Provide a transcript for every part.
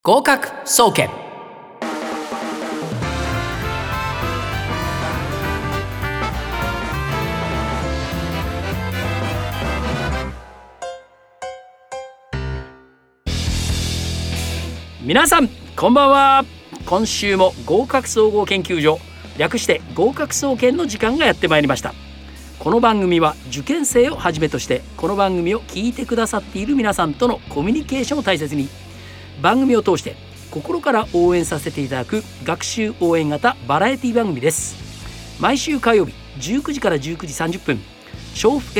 合格総研。皆さんこんばんは。今週も合格総合研究所、略して合格総研の時間がやってまいりました。この番組は受験生をはじめとして、この番組を聞いてくださっている皆さんとのコミュニケーションを大切に、番組を通して心から応援させていただく学習応援型バラエティ番組です。毎週火曜日19時から19時30分、調布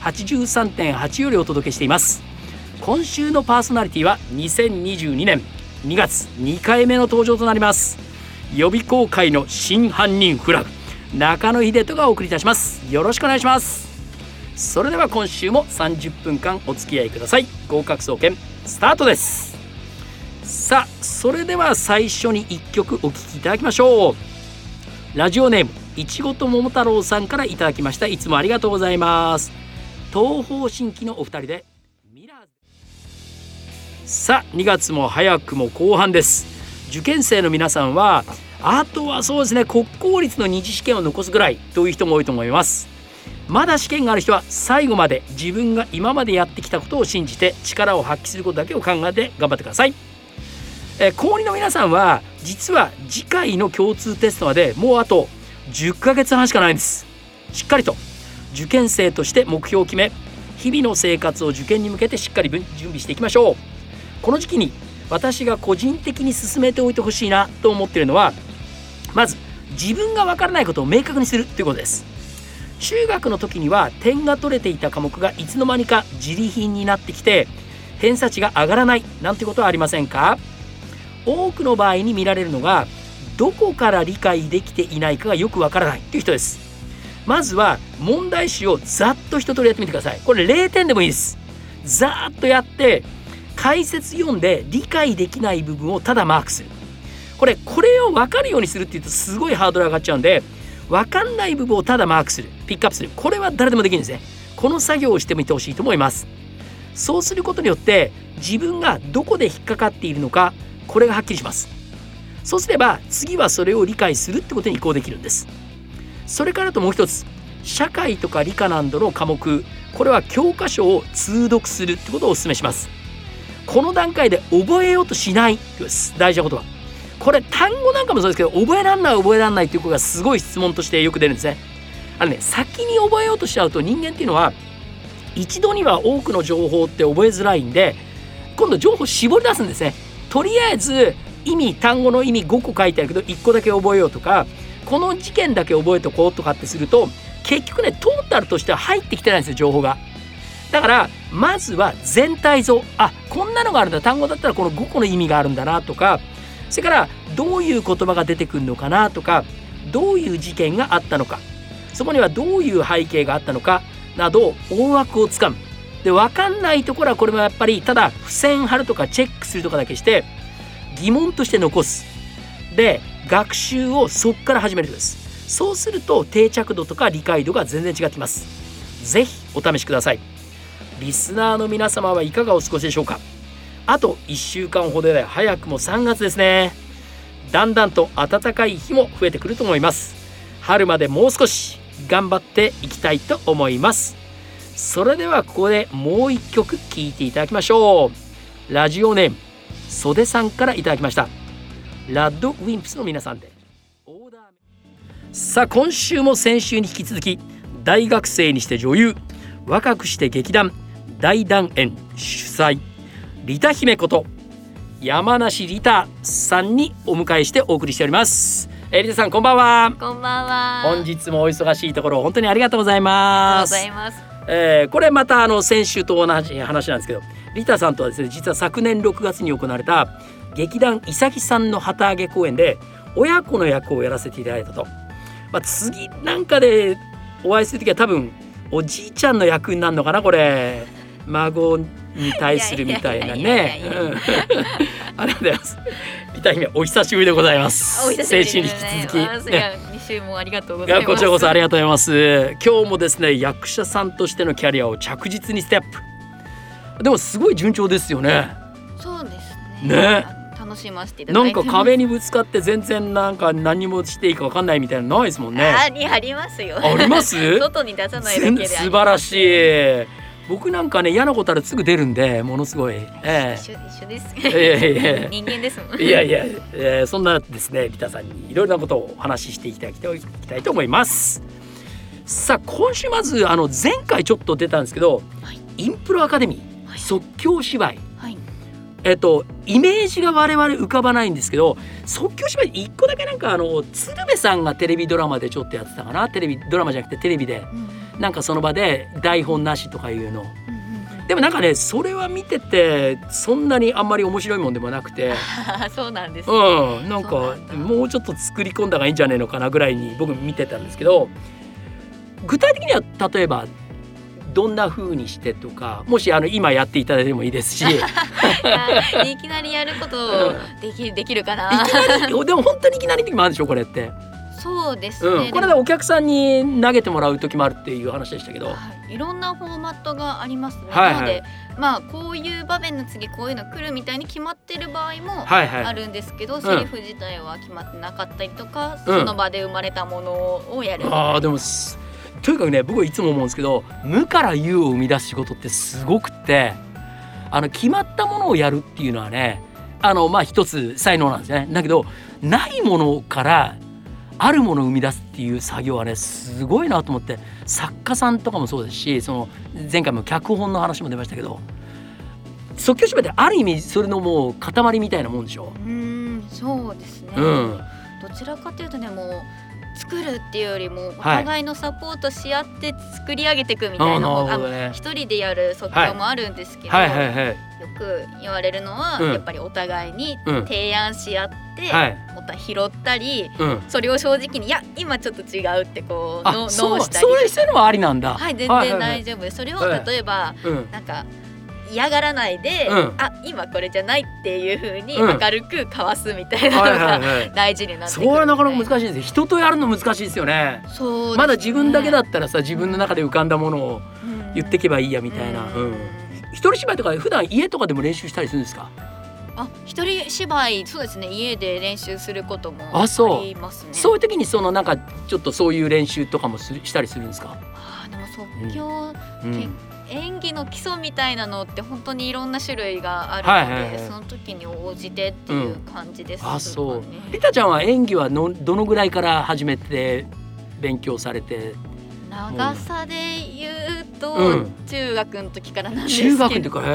FM83.8 よりお届けしています。今週のパーソナリティは2022年2月2回目の登場となります。予備校界の真犯人フラグ、中野秀人がお送りいたします。よろしくお願いします。それでは今週も30分間お付き合いください。合格総研スタートです。さあ、それでは最初に1曲お聴きいただきましょう。ラジオネームいちごと桃太郎さんからいただきました。いつもありがとうございます。東方神起のお二人でミラーズ。さあ、2月も早くも後半です。受験生の皆さんはあとはそうですね、国公立の二次試験を残すぐらいという人も多いと思います。まだ試験がある人は最後まで自分が今までやってきたことを信じて力を発揮することだけを考えて頑張ってください。高2の皆さんは実は次回の共通テストまでもうあと10ヶ月半しかないんです。しっかりと受験生として目標を決め、日々の生活を受験に向けてしっかり準備していきましょう。この時期に私が個人的に進めておいてほしいなと思っているのは、まず自分がわからないことを明確にするということです。中学の時には点が取れていた科目がいつの間にか自利品になってきて偏差値が上がらないなんてことはありませんか？多くの場合に見られるのが、どこから理解できていないかがよくわからないという人です。まずは問題集をざっと一通りやってみてください。これ0点でもいいです。ざーっとやって解説読んで理解できない部分をただマークする。これを分かるようにするっていうとすごいハードル上がっちゃうんで、分かんない部分をただマークする、ピックアップする、これは誰でもできるんですね。この作業をしてみてほしいと思います。そうすることによって自分がどこで引っかかっているのか、これがはっきりします。そうすれば次はそれを理解するってことに移行できるんです。それからともう一つ、社会とか理科などの科目、これは教科書を通読するってことをお勧めします。この段階で覚えようとしないです。大事なことはこれ、単語なんかもそうですけど、覚えらんないっていうことがすごい質問としてよく出るんですね。先に覚えようとしちゃうと、人間っていうのは一度には多くの情報って覚えづらいんで、今度情報を絞り出すんですね。とりあえず単語の意味5個書いてあるけど1個だけ覚えようとか、この事件だけ覚えとこうとかってすると、結局ね、トータルとしては入ってきてないんですよ、情報が。だからまずは全体像、こんなのがあるんだ、単語だったらこの5個の意味があるんだなとか、それからどういう言葉が出てくるのかなとか、どういう事件があったのか、そこにはどういう背景があったのかなど大枠をつかむ。で、分かんないところはこれもやっぱりただ付箋貼るとかチェックするとかだけして疑問として残す。で、学習をそこから始めるんです。そうすると定着度とか理解度が全然違ってきます。ぜひお試しください。リスナーの皆様はいかがお過ごしでしょうか。あと1週間ほどで早くも3月ですね。だんだんと暖かい日も増えてくると思います。春までもう少し頑張っていきたいと思います。それではここでもう一曲聴いていただきましょう。ラジオネーム袖さんからいただきました。ラッドウィンプスの皆さんでオーダー。さあ、今週も先週に引き続き、大学生にして女優、若くして劇団大団円主催、リタ姫こと山梨リタさんにお迎えしてお送りしております。リタさん、こんばんは。 こんばんは。 本日もお忙しいところ本当にありがとうございます。 ありがとうございます。 これまた先週と同じ話なんですけど、リタさんとはですね、実は昨年6月に行われた劇団いさきさんの旗揚げ公演で親子の役をやらせていただいたと。次なんかでお会いするときは多分おじいちゃんの役になるのかな、これ孫に対するみたいなね。ありがとうございます。リタ姫、お久しぶりでございます。先週に引き続き、 2週もありがとうございます。 こちらこそありがとうございます。今日もですね、役者さんとしてのキャリアを着実にステップ。でもすごい順調ですよね。 そうですね。 楽しませていただいてます。 なんか壁にぶつかって全然なんか何もしていいか分かんないみたいなのないですもんね。 ありますよ。 あります外に出さないだけで素晴らしい。僕なんかね嫌なことあるとすぐ出るんでものすごい、 一緒です。人間ですもん。 いや、そんなですねリタさんにいろいろなことをお話ししていただきたいと思います。さあ今週まず前回ちょっと出たんですけど、はい、インプロアカデミー、はい、即興芝居、はい、イメージが我々浮かばないんですけど即興芝居一個だけなんか鶴瓶さんがテレビドラマでちょっとやってたかな。テレビドラマじゃなくてテレビで、なんかその場で台本なしとかいうの、でもなんかねそれは見ててそんなにあんまり面白いもんでもなくてそうなんですね。 なんかもうちょっと作り込んだ方がいいんじゃねえのかなぐらいに僕見てたんですけど、具体的には例えばどんな風にしてとか、もし今やっていただいてもいいですしいきなりやることできるかな。 いきなりでも本当にいきなりの時もあるでしょこれって。 そうですね、 これでお客さんに投げてもらう時もあるっていう話でしたけど、 いろんなフォーマットがありますね、なのでこういう場面の次こういうの来るみたいに決まってる場合もあるんですけど、セリフ自体は決まってなかったりとか、その場で生まれたものをやる。 でもとにかくね僕はいつも思うんですけど無から有を生み出す仕事ってすごくって決まったものをやるっていうのはね一つ才能なんですね。だけどないものからあるものを生み出すっていう作業はねすごいなと思って、作家さんとかもそうですし、その前回も脚本の話も出ましたけど、即興芝居ってある意味それのもう塊みたいなもんでしょ。 そうですね、どちらかというとねもう作るっていうよりもお互いのサポートし合って作り上げていくみたいな方が、一人でやる即興もあるんですけど、よく言われるのは、やっぱりお互いに提案し合って、また拾ったり、それを正直にいや今ちょっと違うってこうノーしたり、 そういうのもありなんだ。 はい、全然大丈夫です。それを例えば、なんか嫌がらないで、今これじゃないっていう風に明るく交わすみたいなのが大事になってくる。 それはなかなか難しいです。人とやるの難しいですよね。 そうですね。 まだ自分だけだったらさ、自分の中で浮かんだものを言ってけばいいやみたいな。一人芝居とか普段家とかでも練習したりするんですか？ 一人芝居そうですね、家で練習することもありますね。 そういう時になんかちょっとそういう練習とかもしたりするんですか？ でも即興、演技の基礎みたいなのって本当にいろんな種類があるので、その時に応じてっていう感じです。 そう。リタちゃんは演技はどのぐらいから始めて勉強されて？ 長さで言うと、中学の時からなんですけど、 中学の時から、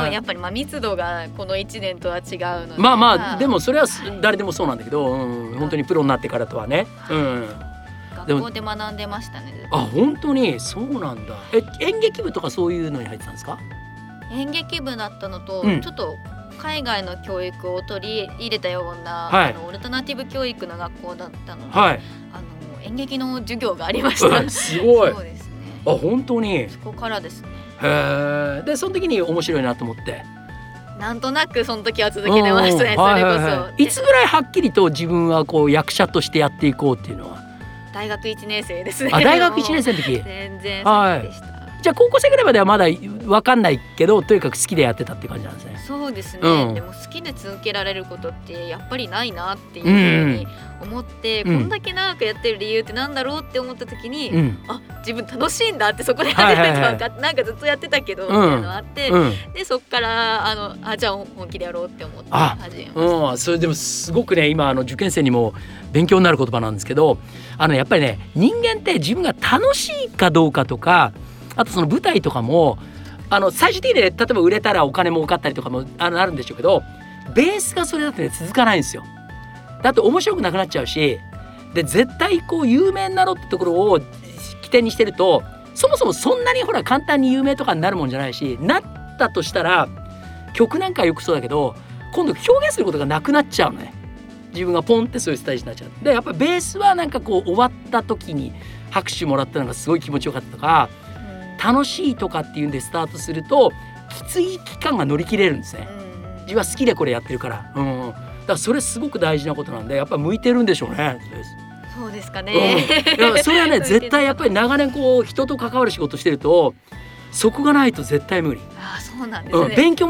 やっぱり密度がこの1年とは違うので、 でもそれは誰でもそうなんだけど、本当にプロになってからとはね、 学校で学んでましたね。 本当にそうなんだ。演劇部とかそういうのに入ってたんですか？ 演劇部だったのと、ちょっと海外の教育を取り入れたような、オルタナティブ教育の学校だったので、演劇の授業がありました。 すごい。 そうですね。 本当に。 そこからですね。 でその時に面白いなと思って。 なんとなくその時は続けてましたね。それこそ。 いつぐらいはっきりと自分はこう役者としてやっていこうっていうのは。 大学1年生ですね。 大学1年生の時。 全然先でした。 じゃあ高校生ぐらいまではまだ分かんないけど、とにかく好きでやってたっていう感じなんですね。 そうですね、でも好きで続けられることってやっぱりないなっていうふうに思って、こんだけ長くやってる理由ってなんだろうって思った時に、自分楽しいんだってそこで初めて分かって、なんかずっとやってたけどみたいなのがあって、でそこからじゃあ本気でやろうって思って始めました。 それでもすごくね今受験生にも勉強になる言葉なんですけど、やっぱりね人間って自分が楽しいかどうかとか、あとその舞台とかも最終的に、例えば売れたらお金儲かったりとかもあるんでしょうけど、ベースがそれだって、続かないんですよ。だって面白くなくなっちゃうし、で絶対こう有名になろうってところを起点にしてると、そもそもそんなにほら簡単に有名とかになるもんじゃないし、なったとしたら曲なんかはよくそうだけど今度表現することがなくなっちゃうのね。自分がポンってそういうスタイルになっちゃう。でやっぱベースはなんかこう終わった時に拍手もらったのがすごい気持ちよかったとか、楽しいとかっていうんでスタートするときつい期間が乗り切れるんですね。自分は好きでこれやってるから、だからそれすごく大事なことなんで、やっぱ向いてるんでしょうね。 そうですかね。 それはね絶対やっぱり長年こう人と関わる仕事してるとそこがないと絶対無理。 そうなんですね。 勉強もね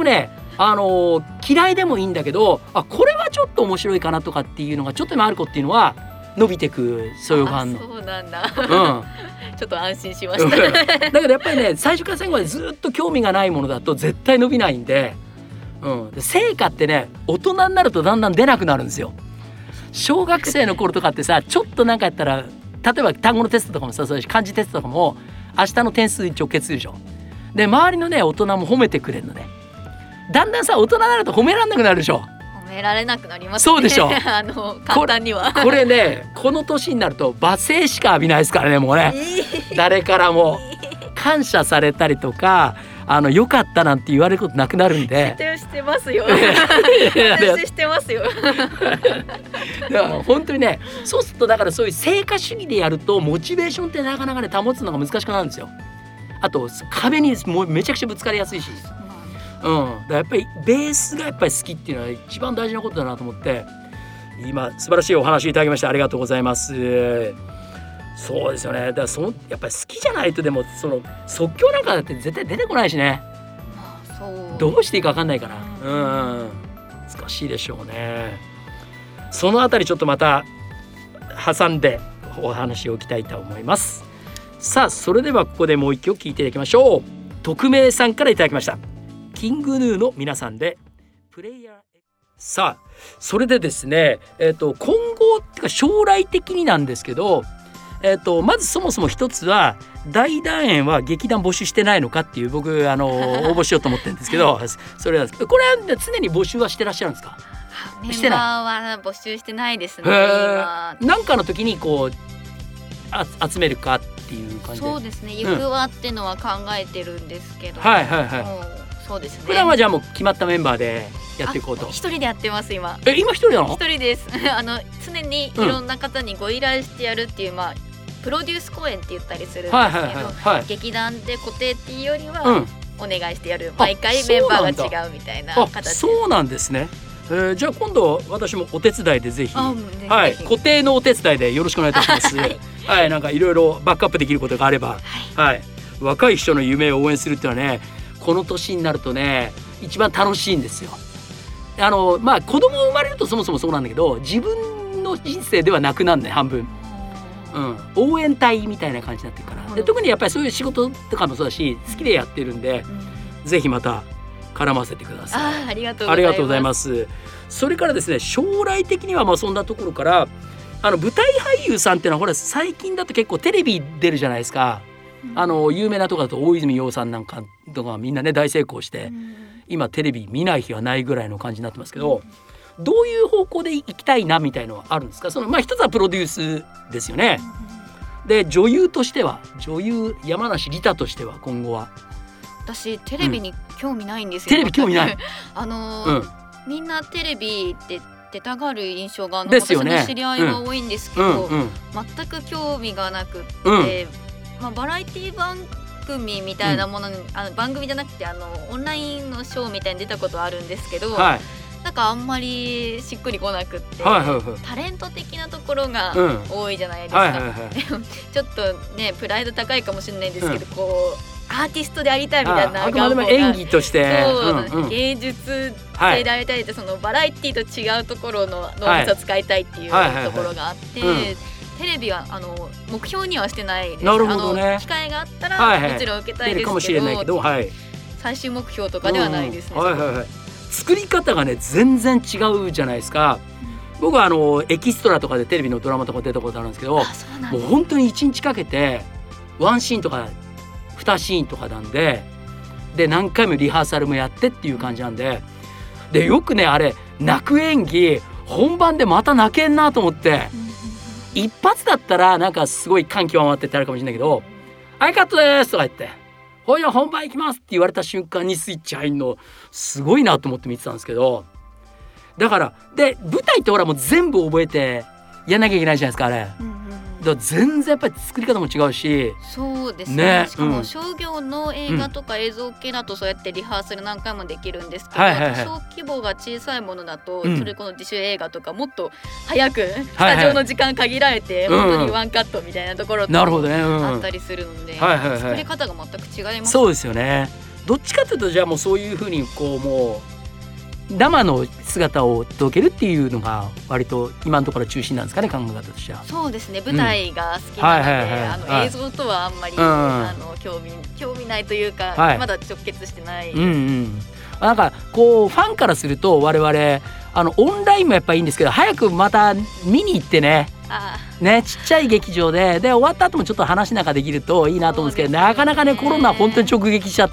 嫌いでもいいんだけど、これはちょっと面白いかなとかっていうのがちょっと今ある子っていうのは伸びてく素養があるの。 そうなんだ、ちょっと安心しましただけどやっぱりね、最初から最後までずっと興味がないものだと絶対伸びないんで、で成果ってね、大人になるとだんだん出なくなるんですよ。小学生の頃とかってさ、ちょっとなんかやったら、例えば単語のテストとかもさ、そうだし漢字テストとかも明日の点数に直結するでしょ。で周りのね大人も褒めてくれるのね。だんだんさ大人になると褒められなくなるでしょ。 褒められなくなりますね。 そうでしょ簡単にはこれね、この年になると罵声しか浴びないですからね、もうね、誰からも感謝されたりとか良かったなんて言われることなくなるんで。 してますよ私してますよだから本当にね、そうするとだからそういう成果主義でやるとモチベーションってなかなかね保つのが難しくなるんですよ。あと壁にもうめちゃくちゃぶつかりやすいし、だからやっぱりベースがやっぱり好きっていうのは一番大事なことだなと思って、今素晴らしいお話いただきましてありがとうございます。そうですよね。だからやっぱり好きじゃないと、でもその即興なんかだって絶対出てこないしね。どうしていいか分かんないから、難しいでしょうね。そのあたりちょっとまた挟んでお話を聞きたいと思います。さあそれではここでもう一曲聴いていただきましょう。匿名さんからいただきました。キングヌーの皆さんでプレイヤー。さあそれでですね、今後っていうか将来的になんですけど、まずそもそも一つは大団円は劇団募集してないのかっていう、僕応募しようと思ってるんですけどそれはこれは常に募集はしてらっしゃるんですか？ メンバーは募集してないですね。 なんかの時にこう集めるかっていう感じで。 そうですね、行くわってのは考えてるんですけど、そうですね。 普段はじゃあもう決まったメンバーでやっていこうと。 一人でやってます今。 今一人なの？ 一人です常にいろんな方にご依頼してやるっていう、プロデュース公演って言ったりするんですけど、劇団で固定っていうよりは、お願いしてやる、毎回メンバーが違うみたいな形で。 そうなんですね。じゃあ今度私もお手伝いでぜひ、固定のお手伝いでよろしくお願いいたしますなんかいろいろバックアップできることがあれば、若い人の夢を応援するっていうのはね、この年になるとね一番楽しいんですよ。子供生まれるとそもそもそうなんだけど、自分の人生ではなくなるね、半分。応援隊みたいな感じになってるから。で特にやっぱりそういう仕事とかもそうだし、好きでやってるんで、ぜひまた絡ませてください。 ありがとうございます。 それからですね、将来的にはそんなところから、舞台俳優さんっていうのはほら最近だと結構テレビ出るじゃないですか。有名なところだと大泉洋さんなんかとかみんなね大成功して、今テレビ見ない日はないぐらいの感じになってますけど、どういう方向で行きたいなみたいのはあるんですか？一つはプロデュースですよね。で女優としては、山梨リタとしては今後は。 私テレビに興味ないんですよ。 テレビ興味ないみんなテレビって出たがる印象がですよね。 私の知り合いは多いんですけど、全く興味がなくって、バラエティ番組みたいなものに、番組じゃなくてオンラインのショーみたいに出たことはあるんですけど、なんかあんまりしっくりこなくって、タレント的なところが多いじゃないですか。でもちょっとねプライド高いかもしれないんですけど、こうアーティストでありたいみたいな、 あくまでも演技として、 芸術性でありたいって、そのバラエティと違うところの脳みそを使いたいっていうところがあって、テレビは目標にはしてないです。 なるほどね。 機会があったらもちろん受けたいですけど、最終目標とかではないですね。 作り方がね全然違うじゃないですか。僕はエキストラとかでテレビのドラマとか出たことあるんですけど、もう本当に1日かけてワンシーンとか2シーンとかなんで、何回もリハーサルもやってっていう感じなんで、よくねあれ泣く演技本番でまた泣けんなと思って、一発だったらなんかすごい感極まってってあるかもしれないけど、はいカットですとか言って、ほいじゃ本番行きますって言われた瞬間にスイッチ入んのすごいなと思って見てたんですけど、だから舞台ってほらもう全部覚えてやんなきゃいけないじゃないですかあれ。だから全然やっぱり作り方も違うし。 そうですね。しかも商業の映画とか映像系だとそうやってリハーサル何回もできるんですけど、小規模が小さいものだと、それこの自主映画とかもっと早くスタジオの時間限られて、本当にワンカットみたいなところとあったりするので、作り方が全く違います。 そうですよね。どっちかというとじゃあもうそういうふうにこうも生の姿を届けるっていうのが割と今のところ中心なんですかね、考え方としては。 そうですね、舞台が好きなので、映像とはあんまり、興味ないというか、まだ直結してない、 なんかこうファンからすると我々オンラインもやっぱいいんですけど、早くまた見に行ってね、ちっちゃい劇場で終わった後もちょっと話なんかできるといいなと思うんですけど、なかなかねコロナ本当に直撃しちゃって、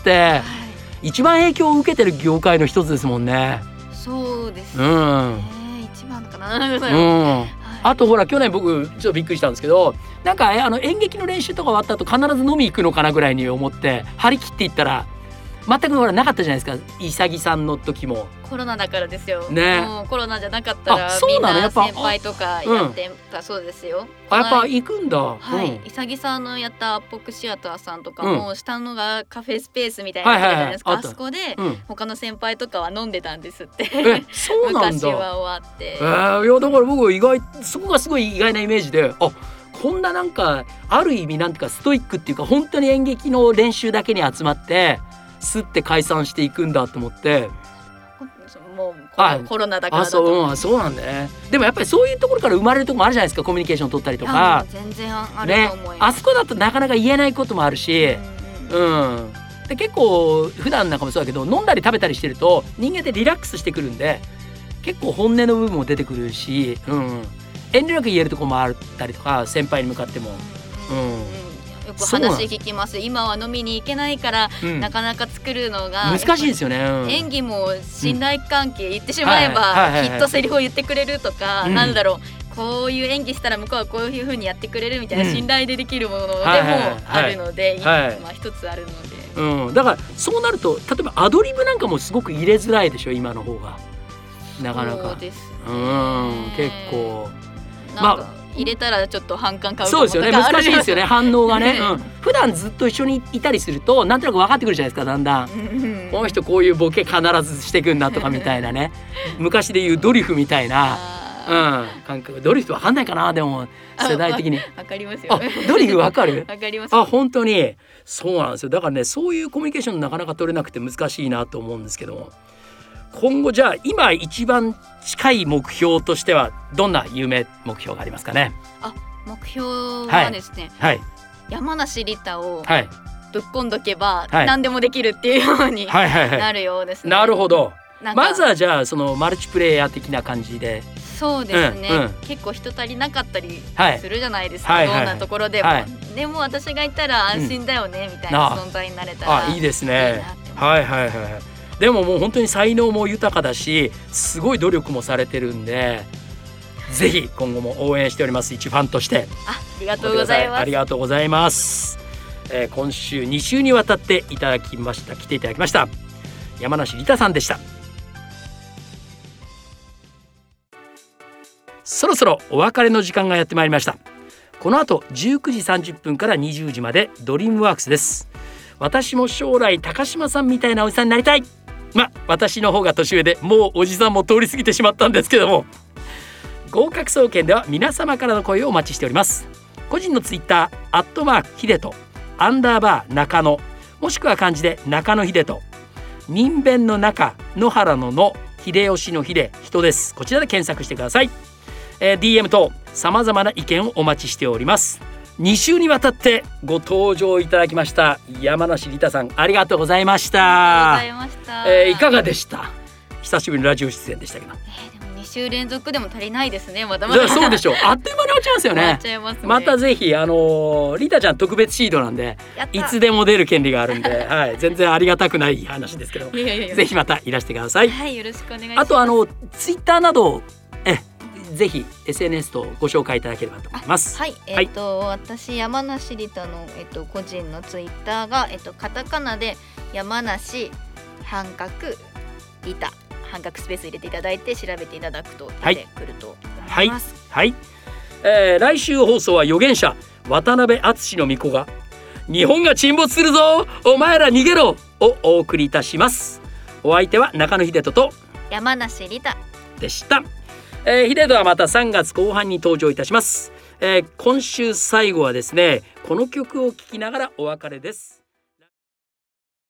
一番影響を受けてる業界の一つですもんね。 そうですね、一番かな、 あとほら去年僕ちょっとびっくりしたんですけど、なんか演劇の練習とか終わった後必ず飲み行くのかなぐらいに思って張り切っていったら全くほらなかったじゃないですか、潔さんの時も。 コロナだからですよね。 もうコロナじゃなかったらみんな先輩とかやってたそうですよ。 やっぱ行くんだ。 潔さんのやったアッポックシアターさんとかも、下のがカフェスペースみたいなのじゃないですか、あそこで他の先輩とかは飲んでたんですってそうなんだ。 昔は終わって、 いやだから僕そこがすごい意外なイメージで、こんななんかある意味なんていうかストイックっていうか、本当に演劇の練習だけに集まってすって解散していくんだと思って。 もうコロナだからだと。 そうなんだね。でもやっぱりそういうところから生まれるところもあるじゃないですか、コミュニケーション取ったりとか。 全然あると思います。 あそこだとなかなか言えないこともあるし、で結構普段なんかもそうだけど、飲んだり食べたりしてると人間ってリラックスしてくるんで、結構本音の部分も出てくるし、遠慮なく言えるところもあったりとか、先輩に向かっても。 よく話聞きます。今は飲みに行けないから、なかなか作るのが難しいですよね。 演技も信頼関係言ってしまえば、きっとセリフを言ってくれるとか、なんだろう、こういう演技したら向こうはこういう風にやってくれるみたいな信頼でできるものでもあるので、一つあるので、 だからそうなると、例えばアドリブなんかもすごく入れづらいでしょ、今の方が。なかなか。 そうですね。 結構入れたらちょっっと反感買うそうですよね、難しいですよね、反応がね、普段ずっと一緒にいたりするとなんとなく分かってくるじゃないですか、だんだんこの人こういうボケ必ずしてくんだとかみたいなね昔でいうドリフみたいな感覚。ドリフ分かんないかな、でも世代的に分かりますよ。 ドリフ分かる？ 分かります。 本当にそうなんですよ。だからね、そういうコミュニケーションなかなか取れなくて難しいなと思うんですけども、今後じゃあ今一番近い目標としてはどんな夢目標がありますかね？ 目標はですね、山梨リタをぶっこんどけば何でもできるっていうようになるようですね。 なるほど。まずはじゃあそのマルチプレイヤー的な感じで。 そうですね、結構人足りなかったりするじゃないですか、どんなところでも、でも私がいたら安心だよね、みたいな存在になれたらいいですね。でももう本当に才能も豊かだし、すごい努力もされてるんで、ぜひ今後も応援しております、一ファンとして。 ありがとうございます。 ありがとうございます。今週2週にわたって来ていただきました山梨リタさんでした。そろそろお別れの時間がやってまいりました。この後19時30分から20時までドリームワークスです。私も将来高島さんみたいなおじさんになりたい。私の方が年上でもうおじさんも通り過ぎてしまったんですけども、合格総研では皆様からの声をお待ちしております。個人のツイッターヒデト_中野、もしくは漢字で中野秀人、人弁の中、野原の秀吉の秀、人です。こちらで検索してください。DM と様々な意見をお待ちしております。2週にわたってご登場いただきました山梨リタさん、ありがとうございました。 ありがとうございました。 いかがでした？久しぶりのラジオ出演でしたけど、 でも2週連続でも足りないですね。まだまだそうでしょう。あっという間に終わっちゃいますよね。 終わっちゃいますね。 またぜひリタちゃん特別シードなんでいつでも出る権利があるんで、全然ありがたくない話ですけどぜひまたいらしてください。 よろしくお願いします。 あとツイッターなどぜひ SNS とご紹介いただければと思います。 私山梨リタの、個人のツイッターが、カタカナで山梨半角リタ、半角スペース入れていただいて調べていただくと出てくると思います。 来週放送は預言者渡辺篤の御子が日本が沈没するぞお前ら逃げろをお送りいたします。お相手は中野秀人と山梨リタでした。秀人はまた3月後半に登場いたします。今週最後はですね、この曲を聴きながらお別れです。